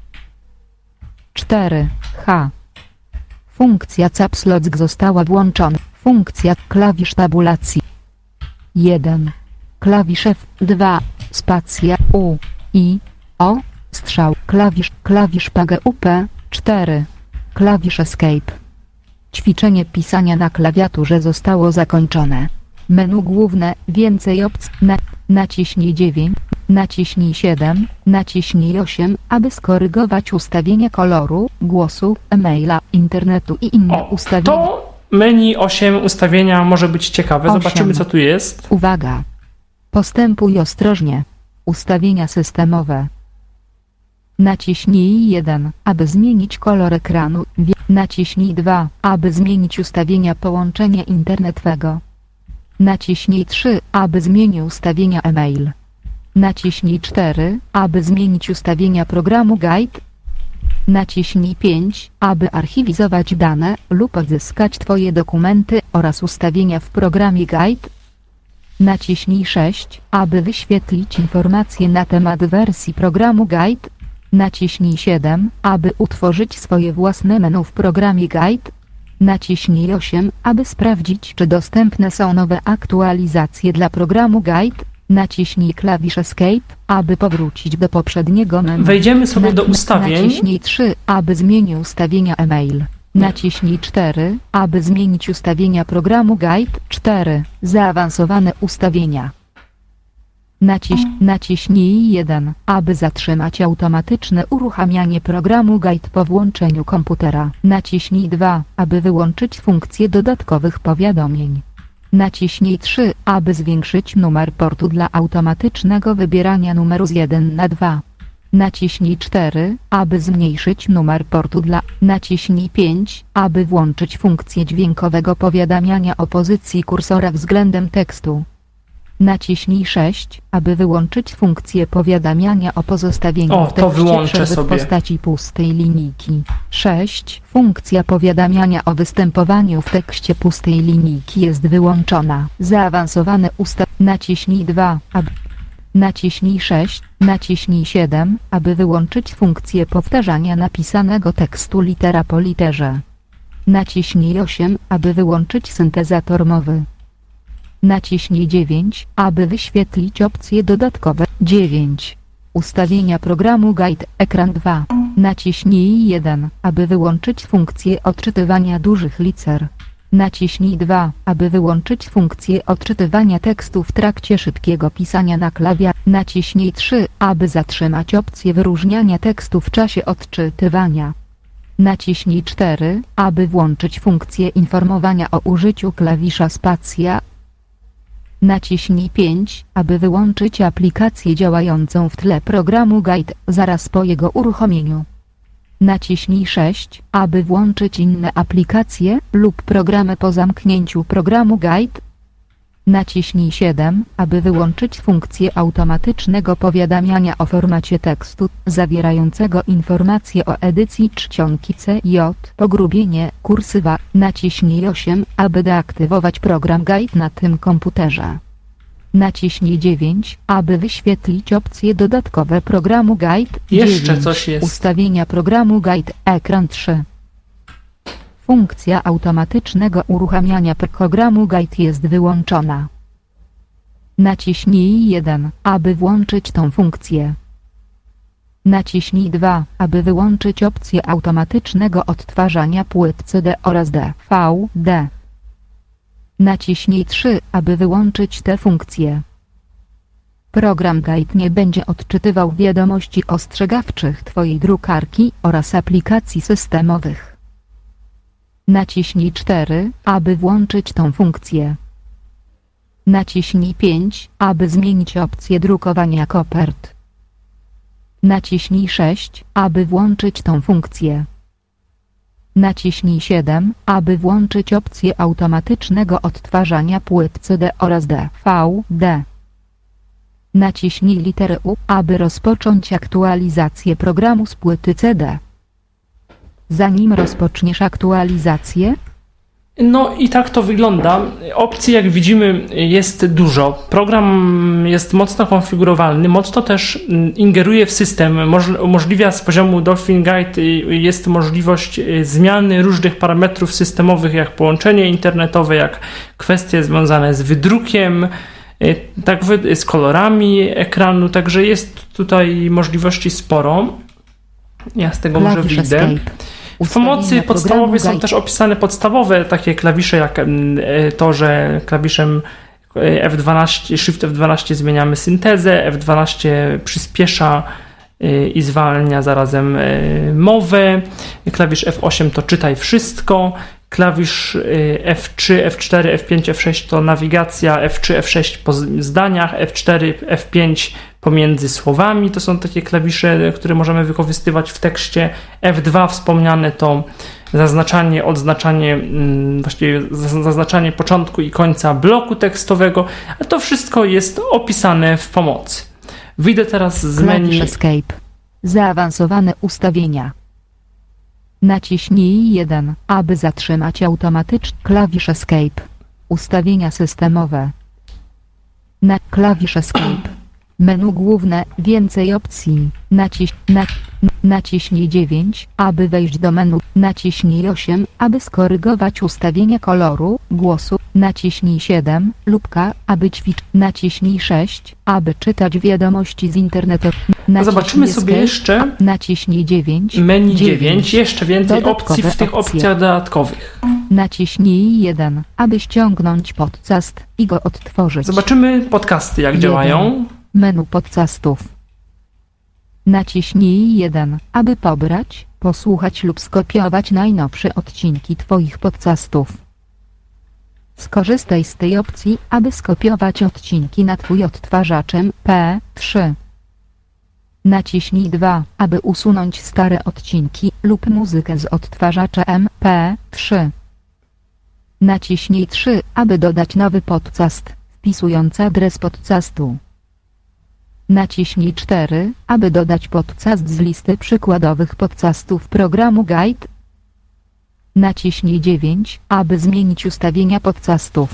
cztery, H. Funkcja Caps Lock została włączona. Funkcja klawisz tabulacji. jeden. Klawisz F, dwa, spacja, U, I, O, strzał, klawisz, klawisz P G U P, cztery. Klawisz Escape. Ćwiczenie pisania na klawiaturze zostało zakończone. Menu główne, więcej opcji, na, naciśnij dziewięć, naciśnij siedem, naciśnij osiem, aby skorygować ustawienia koloru, głosu, e-maila, internetu i inne O, ustawienia. to menu osiem ustawienia może być ciekawe. osiem. Zobaczymy, co tu jest. Uwaga! Postępuj ostrożnie. Ustawienia systemowe. Naciśnij jeden, aby zmienić kolor ekranu. Wie- Naciśnij dwa, aby zmienić ustawienia połączenia internetowego. Naciśnij trzy, aby zmienić ustawienia e-mail. Naciśnij cztery, aby zmienić ustawienia programu Guide. Naciśnij pięć, aby archiwizować dane lub odzyskać Twoje dokumenty oraz ustawienia w programie Guide. Naciśnij sześć, aby wyświetlić informacje na temat wersji programu Guide. Naciśnij siedem, aby utworzyć swoje własne menu w programie Guide. Naciśnij osiem, aby sprawdzić, czy dostępne są nowe aktualizacje dla programu Guide. Naciśnij klawisz Escape, aby powrócić do poprzedniego menu. Wejdziemy sobie do Na- ustawień. Naciśnij trzy, aby zmienić ustawienia e-mail. Naciśnij cztery, aby zmienić ustawienia programu Guide. cztery. Zaawansowane ustawienia. Naciś, naciśnij jeden, aby zatrzymać automatyczne uruchamianie programu Guide po włączeniu komputera. Naciśnij dwa, aby wyłączyć funkcję dodatkowych powiadomień. Naciśnij trzy, aby zwiększyć numer portu dla automatycznego wybierania numeru z jeden na dwa. Naciśnij cztery, aby zmniejszyć numer portu dla... Naciśnij pięć, aby włączyć funkcję dźwiękowego powiadamiania o pozycji kursora względem tekstu. Naciśnij sześć, aby wyłączyć funkcję powiadamiania o pozostawieniu O, w to tekście wyłączę przerwy w sobie. postaci pustej linijki. sześć. Funkcja powiadamiania o występowaniu w tekście pustej linijki jest wyłączona. Zaawansowane ustaw... Naciśnij dwa, aby... Naciśnij sześć, naciśnij siedem, aby wyłączyć funkcję powtarzania napisanego tekstu litera po literze. Naciśnij osiem, aby wyłączyć syntezator mowy. Naciśnij dziewięć, aby wyświetlić opcje dodatkowe. dziewięć. Ustawienia programu Guide, ekran dwa. Naciśnij jeden, aby wyłączyć funkcję odczytywania dużych liter. Naciśnij dwa, aby wyłączyć funkcję odczytywania tekstu w trakcie szybkiego pisania na klawiaturze. Naciśnij trzy, aby zatrzymać opcję wyróżniania tekstu w czasie odczytywania. Naciśnij cztery, aby włączyć funkcję informowania o użyciu klawisza spacja. Naciśnij pięć, aby wyłączyć aplikację działającą w tle programu Guide zaraz po jego uruchomieniu. Naciśnij sześć, aby włączyć inne aplikacje lub programy po zamknięciu programu Guide. Naciśnij siedem, aby wyłączyć funkcję automatycznego powiadamiania o formacie tekstu, zawierającego informacje o edycji czcionki C J, pogrubienie, kursywa. Naciśnij osiem, aby deaktywować program Guide na tym komputerze. Naciśnij dziewięć, aby wyświetlić opcje dodatkowe programu Guide. Jeszcze dziewięć. coś jest. Ustawienia programu Guide. Ekran trzy. Funkcja automatycznego uruchamiania programu Guide jest wyłączona. Naciśnij jeden, aby włączyć tą funkcję. Naciśnij dwa, aby wyłączyć opcję automatycznego odtwarzania płyt C D oraz D V D. Naciśnij trzy, aby wyłączyć tę funkcję. Program Guide nie będzie odczytywał wiadomości ostrzegawczych Twojej drukarki oraz aplikacji systemowych. Naciśnij cztery, aby włączyć tą funkcję. Naciśnij pięć, aby zmienić opcję drukowania kopert. Naciśnij sześć, aby włączyć tą funkcję. Naciśnij siedem, aby włączyć opcję automatycznego odtwarzania płyt C D oraz D V D. Naciśnij literę U, aby rozpocząć aktualizację programu z płyty C D. Zanim rozpoczniesz aktualizację, No i tak to wygląda. Opcji, jak widzimy, jest dużo. Program jest mocno konfigurowalny, mocno też ingeruje w system, umożliwia z poziomu Dolphin Guide, jest możliwość zmiany różnych parametrów systemowych, jak połączenie internetowe, jak kwestie związane z wydrukiem, tak z kolorami ekranu, także jest tutaj możliwości sporo. Ja z tego może widzę. W pomocy podstawowej są też opisane podstawowe takie klawisze, jak to, że klawiszem F dwanaście, Shift F dwanaście zmieniamy syntezę, F dwanaście przyspiesza i zwalnia zarazem mowę, klawisz F osiem to czytaj wszystko, klawisz F trzy, F cztery, F pięć, F sześć to nawigacja, F trzy, F sześć po zdaniach, F cztery, F pięć pomiędzy słowami, to są takie klawisze, które możemy wykorzystywać w tekście. F dwa wspomniane to zaznaczanie, odznaczanie, właściwie zaznaczanie początku i końca bloku tekstowego, a to wszystko jest opisane w pomocy. Wyjdę teraz z menu. Klawisz Escape. Zaawansowane ustawienia. Naciśnij jeden, aby zatrzymać automatyczny klawisz Escape. Ustawienia systemowe. Na klawisz Escape. Menu główne, więcej opcji. Naciś, na, naciśnij dziewięć, aby wejść do menu. Naciśnij osiem, aby skorygować ustawienia koloru, głosu. Naciśnij siedem, lubka, aby ćwiczyć. Naciśnij sześć, aby czytać wiadomości z internetu. Naciśnij Zobaczymy sobie escape, jeszcze naciśnij dziewięć. Menu dziewięć, jeszcze więcej Dodatkowe opcji w tych opcje. opcjach dodatkowych. Naciśnij jeden, aby ściągnąć podcast i go odtworzyć. Zobaczymy podcasty, jak jeden. działają. Menu podcastów. Naciśnij jeden, aby pobrać, posłuchać lub skopiować najnowsze odcinki Twoich podcastów. Skorzystaj z tej opcji, aby skopiować odcinki na Twój odtwarzacz M P trzy. Naciśnij dwa, aby usunąć stare odcinki lub muzykę z odtwarzacza M P trzy. Naciśnij trzy, aby dodać nowy podcast, wpisując adres podcastu. Naciśnij cztery, aby dodać podcast z listy przykładowych podcastów programu Guide. Naciśnij dziewięć, aby zmienić ustawienia podcastów.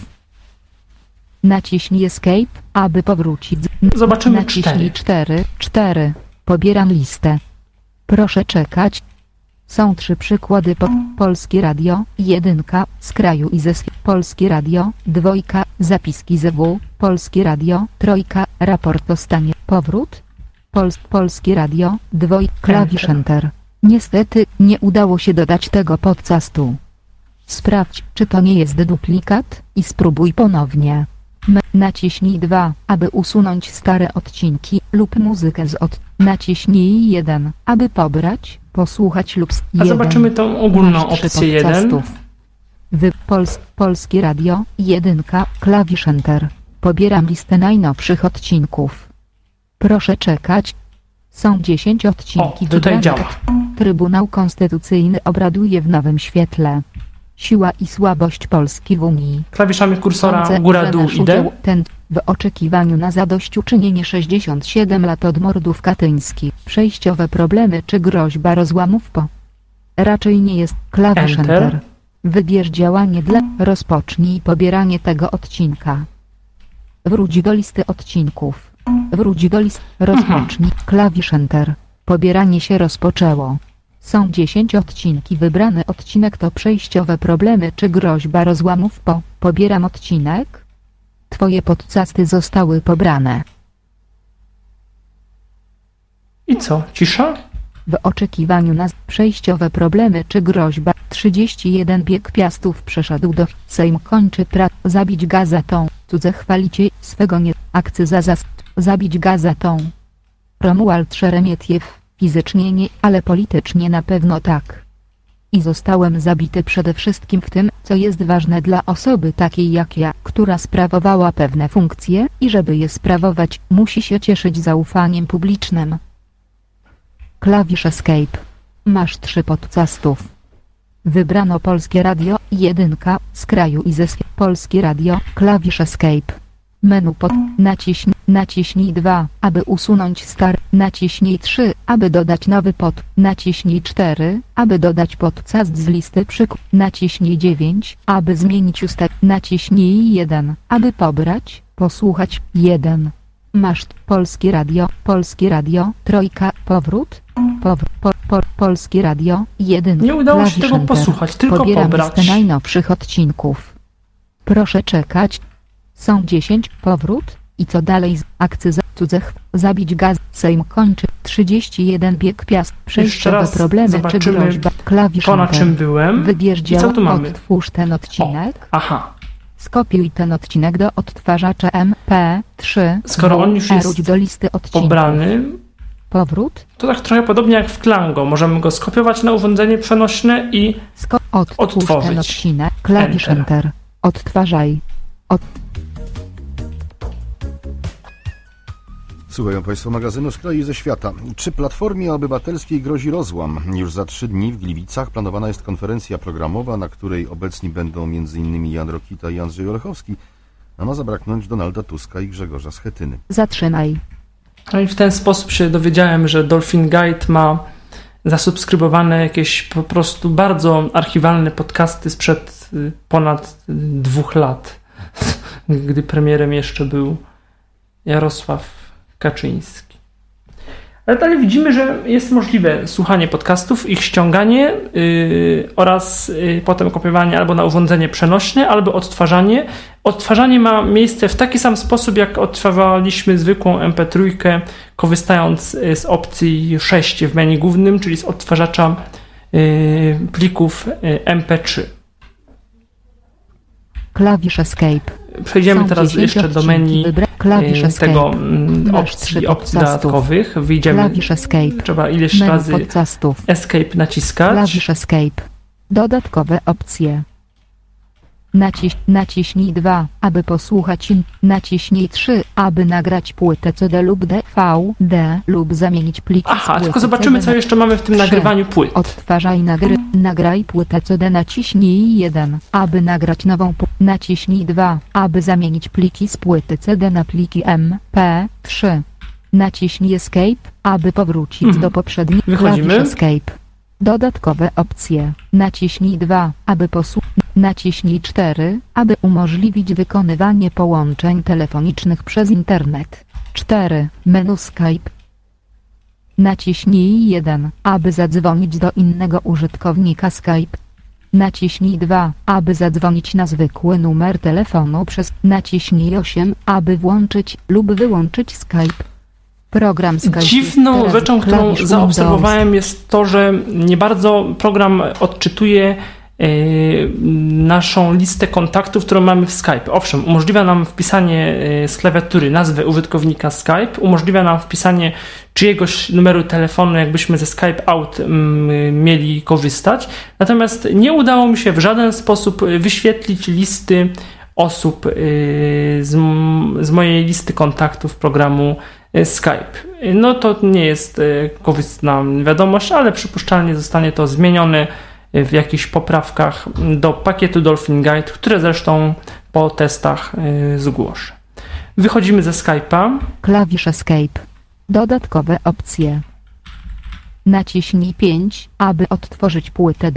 Naciśnij Escape, aby powrócić. Zobaczymy Naciśnij cztery. cztery, cztery. Pobieram listę. Proszę czekać. Są trzy przykłady po Polskie Radio, jedynka, z kraju i ze sw- Polskie Radio, dwojka, zapiski Z W, Polskie Radio, trojka, raport o stanie, powrót, Pols- Polskie Radio, dwojka, klawisz Enter. Niestety, nie udało się dodać tego podcastu. Sprawdź, czy to nie jest duplikat, i spróbuj ponownie. M- naciśnij dwa, aby usunąć stare odcinki, lub muzykę z od... Naciśnij jeden, aby pobrać, posłuchać lub... A zobaczymy tą ogólną opcję jeden. Wy Pols Polskie Radio, jedynka, klawisz Enter. Pobieram listę najnowszych odcinków. Proszę czekać. Są dziesięć odcinki O, tutaj wybranych. działa. Trybunał Konstytucyjny obraduje w nowym świetle. Siła i słabość Polski w Unii. Klawiszami kursora Sądzę, góra, że dół nasz idę. udział ten w oczekiwaniu na zadośćuczynienie sześćdziesiąt siedem lat od mordów katyńskich. Przejściowe problemy czy groźba rozłamów po. Raczej nie jest klawisz Enter. Enter. Wybierz działanie dla. Rozpocznij pobieranie tego odcinka. Wróć do listy odcinków. Wróć do listy. Rozpocznij. Klawisz Enter. Pobieranie się rozpoczęło. Są dziesięć odcinki. Wybrany odcinek to przejściowe problemy czy groźba rozłamów po. Pobieram odcinek. Twoje podcasty zostały pobrane. I co? Cisza? W oczekiwaniu na przejściowe problemy czy groźba. trzydzieści jeden bieg piastów przeszedł do Sejm kończy pracę. Zabić gazetą. Cudze chwalicie swego nie. Akcyza za zabić gazetą. Romuald Szeremietiew. Fizycznie nie, ale politycznie na pewno tak. I zostałem zabity przede wszystkim w tym, co jest ważne dla osoby takiej jak ja, która sprawowała pewne funkcje i żeby je sprawować, musi się cieszyć zaufaniem publicznym. Klawisz Escape. Masz trzy podcastów. Wybrano Polskie Radio, jedynka, z kraju i ze świata. Polskie Radio, klawisz Escape. Menu pod, naciśnij, naciśnij dwa, aby usunąć stary, naciśnij trzy, aby dodać nowy pod, naciśnij cztery, aby dodać podcast z listy przyk, naciśnij dziewięć, aby zmienić ustawienia, naciśnij jeden, aby pobrać, posłuchać, jeden. Masz Polskie Radio, Polskie Radio, trójka, powrót, powrót, po, po, Polskie Radio, jeden. Nie udało się tego posłuchać, tylko pobieram pobrać. Listę najnowszych odcinków. Proszę czekać. Są dziesięć, powrót, i co dalej z akcyza, cudzech, zabić gaz, Sejm kończy, trzydzieści jeden bieg piast, przejściowe problemy czy groźba, klawisz to, na Enter. czym byłem. Wybierz I co dział, tu mamy? Otwórz ten odcinek. O, aha. Skopiuj ten odcinek do odtwarzacza M P trzy. Skoro on już jest do listy odcinków. pobrany, powrót. To tak trochę podobnie jak w Klango. Możemy go skopiować na urządzenie przenośne i Sko otwórz odtworzyć. ten odcinek, klawisz Enter. Enter. Odtwarzaj. Od Słuchają Państwo magazynu Z kraju i ze świata. Czy Platformie Obywatelskiej grozi rozłam? Już za trzy dni w Gliwicach planowana jest konferencja programowa, na której obecni będą m in Jan Rokita i Andrzej Olechowski, a ma zabraknąć Donalda Tuska i Grzegorza Schetyny. Zatrzymaj. No i w ten sposób się dowiedziałem, że Dolphin Guide ma zasubskrybowane jakieś po prostu bardzo archiwalne podcasty sprzed ponad dwóch lat, gdy premierem jeszcze był Jarosław Kaczyński. Ale dalej widzimy, że jest możliwe słuchanie podcastów, ich ściąganie yy, oraz yy, potem kopiowanie albo na urządzenie przenośne, albo odtwarzanie. Odtwarzanie ma miejsce w taki sam sposób, jak odtwarzaliśmy zwykłą em pe trzy, korzystając z opcji sześć w menu głównym, czyli z odtwarzacza yy, plików yy, em pe trzy. Klawisz Escape. Przejdziemy Są teraz jeszcze do menu tego opcji, opcji dodatkowych. Wyjdziemy. Klawisz Escape. Trzeba ileś menu razy podcastów. Escape naciskać. Klawisz Escape. Dodatkowe opcje. Naciś, naciśnij dwa, aby posłuchać. Naciśnij trzy, aby nagrać płytę C D lub D V D lub zamienić pliki. Aha, tylko zobaczymy, co jeszcze mamy w tym nagrywaniu płyt. Odtwarzaj, nagry, nagraj płytę C D. Naciśnij jeden, aby nagrać nową płytę. Naciśnij dwa, aby zamienić pliki z płyty C D na pliki em pe trzy. Naciśnij Escape, aby powrócić mhm. do poprzedniej. Wychodzimy. Klawisz Escape. Dodatkowe opcje. Naciśnij dwa, aby posłuchać. Naciśnij cztery, aby umożliwić wykonywanie połączeń telefonicznych przez internet. cztery. Menu Skype. Naciśnij jeden, aby zadzwonić do innego użytkownika Skype. Naciśnij dwa, aby zadzwonić na zwykły numer telefonu przez. Naciśnij osiem, aby włączyć lub wyłączyć Skype. Program Skype. Dziwną rzeczą, którą zaobserwowałem, jest to, że nie bardzo program odczytuje Yy, naszą listę kontaktów, którą mamy w Skype. Owszem, umożliwia nam wpisanie yy, z klawiatury nazwy użytkownika Skype, umożliwia nam wpisanie czyjegoś numeru telefonu, jakbyśmy ze Skype Out yy, mieli korzystać. Natomiast nie udało mi się w żaden sposób wyświetlić listy osób yy, z, z mojej listy kontaktów programu yy, Skype. No to nie jest yy, korzystna wiadomość, ale przypuszczalnie zostanie to zmienione w jakichś poprawkach do pakietu Dolphin Guide, które zresztą po testach yy, zgłoszę. Wychodzimy ze Skype'a. Klawisz Escape. Dodatkowe opcje. Naciśnij pięć, aby odtworzyć płytę D V D.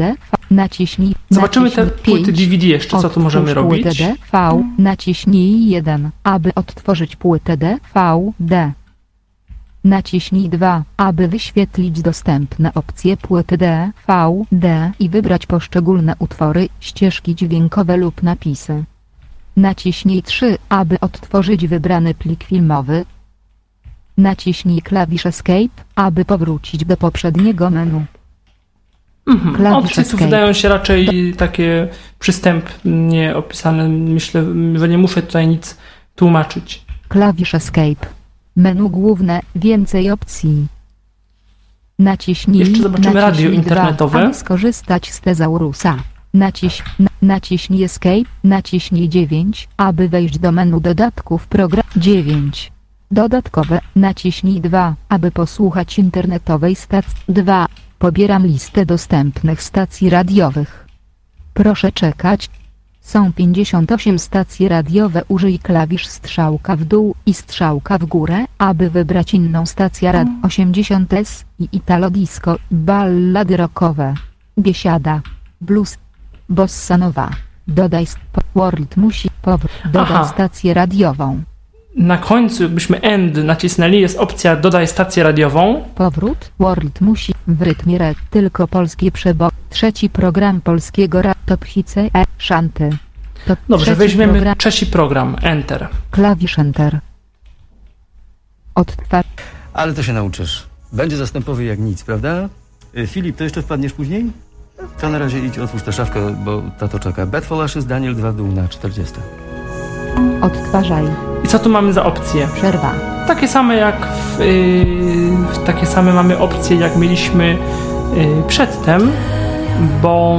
naciśnij. Zobaczymy te naciśnij płyty pięć. D V D jeszcze, co tu możemy Otwórz robić. płytę D V, naciśnij jeden, aby odtworzyć płytę D V D. Naciśnij dwa, aby wyświetlić dostępne opcje płyty D V D i wybrać poszczególne utwory, ścieżki dźwiękowe lub napisy. Naciśnij trzy, aby odtworzyć wybrany plik filmowy. Naciśnij klawisz Escape, aby powrócić do poprzedniego menu. Mhm. Klawisz Opcje tu Escape. wydają się raczej takie przystępnie opisane. Myślę, że nie muszę tutaj nic tłumaczyć. Klawisz Escape. Menu główne, więcej opcji. Naciśnij, Jeszcze zobaczymy naciśnij radio dwa, internetowe. aby skorzystać z Tezaurusa. Naciś, na, naciśnij Escape, naciśnij dziewięć, aby wejść do menu dodatków program dziewięć. Dodatkowe, naciśnij dwa, aby posłuchać internetowej stacji dwa. Pobieram listę dostępnych stacji radiowych. Proszę czekać. Są pięćdziesiąt osiem stacji radiowe. Użyj klawisz strzałka w dół i strzałka w górę, aby wybrać inną stację rad osiemdziesiąt S i Italo Disco, ballady rockowe, biesiada, blues, bossa nova. Dodaj st- World musi powrót. Dodaj Aha. stację radiową. Na końcu, jakbyśmy end nacisnęli, jest opcja dodaj stację radiową. Powrót World musi w rytmie re, tylko polskie przebo. Trzeci program polskiego ra, top hits e, szanty. Top Dobrze, trzeci weźmiemy program, trzeci program, enter. klawisz enter. Odtwarz. Ale to się nauczysz. Będzie zastępowy jak nic, prawda? Y, Filip, to jeszcze wpadniesz później? To na razie idź, otwórz tę szafkę, bo tato czeka. Bad for Lashes, Daniel dwa w dół na czterdzieści. Odtwarzaj. I co tu mamy za opcje? Przerwa. Takie same jak w, yy, takie same mamy opcje jak mieliśmy yy, przedtem, bo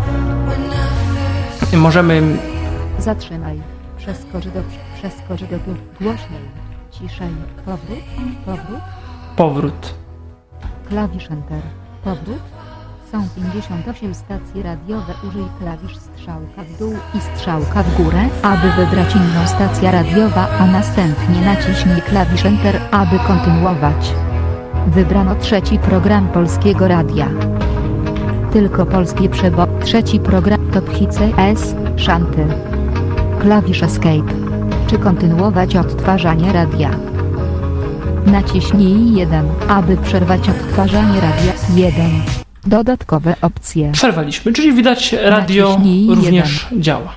możemy Zatrzymaj. Przeskocz do przeskocz do góry. Głośniej. Ciszej. Powrót. Powrót. powrót. Klawisz enter. Powrót. Są pięćdziesiąt osiem stacji radiowe. Użyj klawisz strzałka w dół i strzałka w górę, aby wybrać inną stację radiowa, a następnie naciśnij klawisz enter, aby kontynuować. Wybrano trzeci program polskiego radia. Tylko polskie przebo. Trzeci program top hits S, szanty. Klawisz escape. Czy kontynuować odtwarzanie radia? Naciśnij jeden, aby przerwać odtwarzanie radia. jeden. Dodatkowe opcje. Przerwaliśmy, czyli widać radio Naciśnij również działa.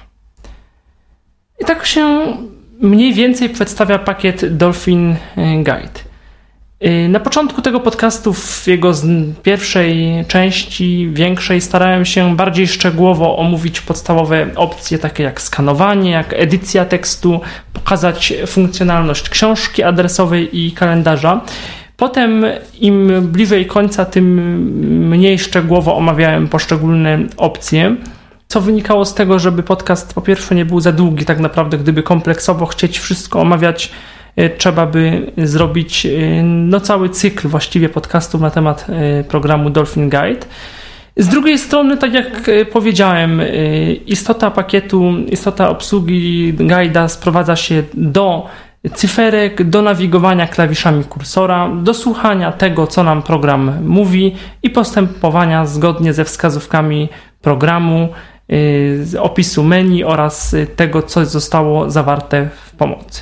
I tak się mniej więcej przedstawia pakiet Dolphin Guide. Na początku tego podcastu, w jego pierwszej części, większej, starałem się bardziej szczegółowo omówić podstawowe opcje, takie jak skanowanie, jak edycja tekstu, pokazać funkcjonalność książki adresowej i kalendarza. Potem im bliżej końca, tym mniej szczegółowo omawiałem poszczególne opcje, co wynikało z tego, żeby podcast po pierwsze nie był za długi. Tak naprawdę, gdyby kompleksowo chcieć wszystko omawiać, trzeba by zrobić no, cały cykl właściwie podcastów na temat programu Dolphin Guide. Z drugiej strony, tak jak powiedziałem, istota pakietu, istota obsługi guida sprowadza się do cyferek, do nawigowania klawiszami kursora, do słuchania tego, co nam program mówi i postępowania zgodnie ze wskazówkami programu, z opisu menu oraz tego, co zostało zawarte w pomocy.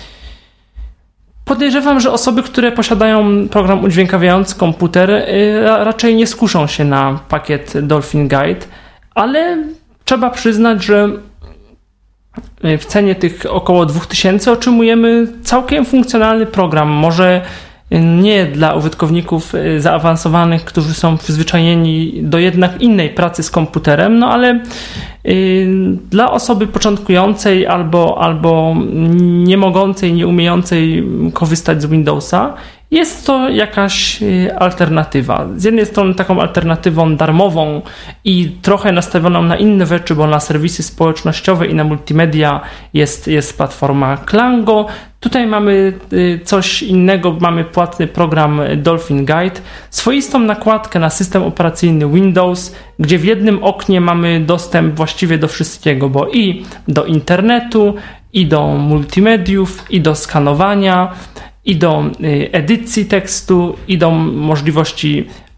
Podejrzewam, że osoby, które posiadają program udźwiękawiający komputer, raczej nie skuszą się na pakiet Dolphin Guide, ale trzeba przyznać, że w cenie tych około dwa tysiące otrzymujemy całkiem funkcjonalny program. Może nie dla użytkowników zaawansowanych, którzy są przyzwyczajeni do jednak innej pracy z komputerem, no ale dla osoby początkującej albo, albo nie mogącej, nie umiejącej korzystać z Windowsa jest to jakaś alternatywa. Z jednej strony taką alternatywą darmową i trochę nastawioną na inne rzeczy, bo na serwisy społecznościowe i na multimedia jest, jest platforma Klango. Tutaj mamy coś innego, mamy płatny program Dolphin Guide, swoistą nakładkę na system operacyjny Windows, gdzie w jednym oknie mamy dostęp właściwie do wszystkiego, bo i do internetu, i do multimediów, i do skanowania, i do edycji tekstu, i do możliwości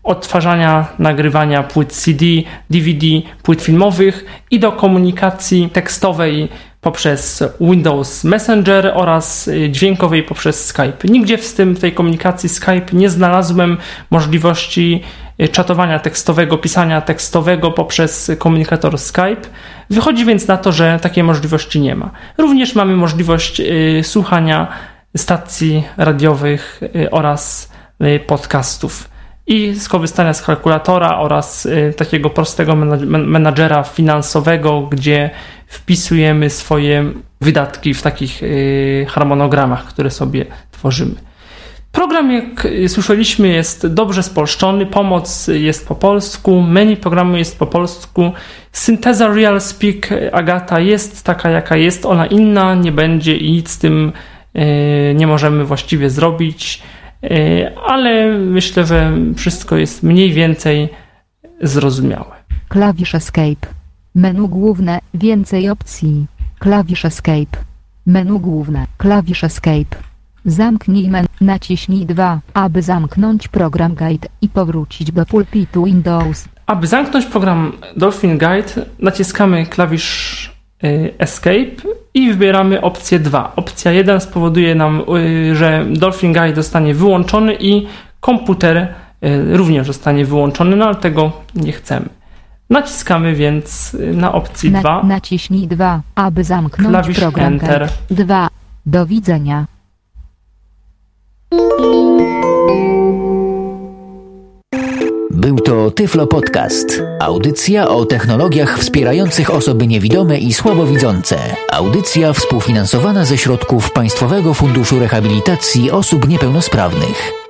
odtwarzania, nagrywania płyt C D, D V D, płyt filmowych i do komunikacji tekstowej poprzez Windows Messenger oraz dźwiękowej poprzez Skype. Nigdzie w tym, w tej komunikacji Skype nie znalazłem możliwości czatowania tekstowego, pisania tekstowego poprzez komunikator Skype. Wychodzi więc na to, że takiej możliwości nie ma. Również mamy możliwość y, słuchania stacji radiowych y, oraz y, podcastów i skorzystania z kalkulatora oraz y, takiego prostego menadżera finansowego, gdzie wpisujemy swoje wydatki w takich y, harmonogramach, które sobie tworzymy. Program, jak słyszeliśmy, jest dobrze spolszczony, pomoc jest po polsku, menu programu jest po polsku, synteza RealSpeak Agata jest taka, jaka jest, ona inna nie będzie i nic z tym y, nie możemy właściwie zrobić, y, ale myślę, że wszystko jest mniej więcej zrozumiałe. Klawisz Escape. Menu główne, więcej opcji. Klawisz Escape. Menu główne, klawisz Escape. Zamknij menu, naciśnij dwa, aby zamknąć program Guide i powrócić do pulpitu Windows. Aby zamknąć program Dolphin Guide, naciskamy klawisz y, Escape i wybieramy opcję dwa. Opcja jeden spowoduje nam, y, że Dolphin Guide zostanie wyłączony i komputer y, również zostanie wyłączony, no ale tego nie chcemy. Naciskamy więc na opcji na, dwa. Naciśnij dwa, aby zamknąć klawisz program Enter. Guide. dwa. Do widzenia. Był to Tyflo Podcast. Audycja o technologiach wspierających osoby niewidome i słabowidzące. Audycja współfinansowana ze środków Państwowego Funduszu Rehabilitacji Osób Niepełnosprawnych.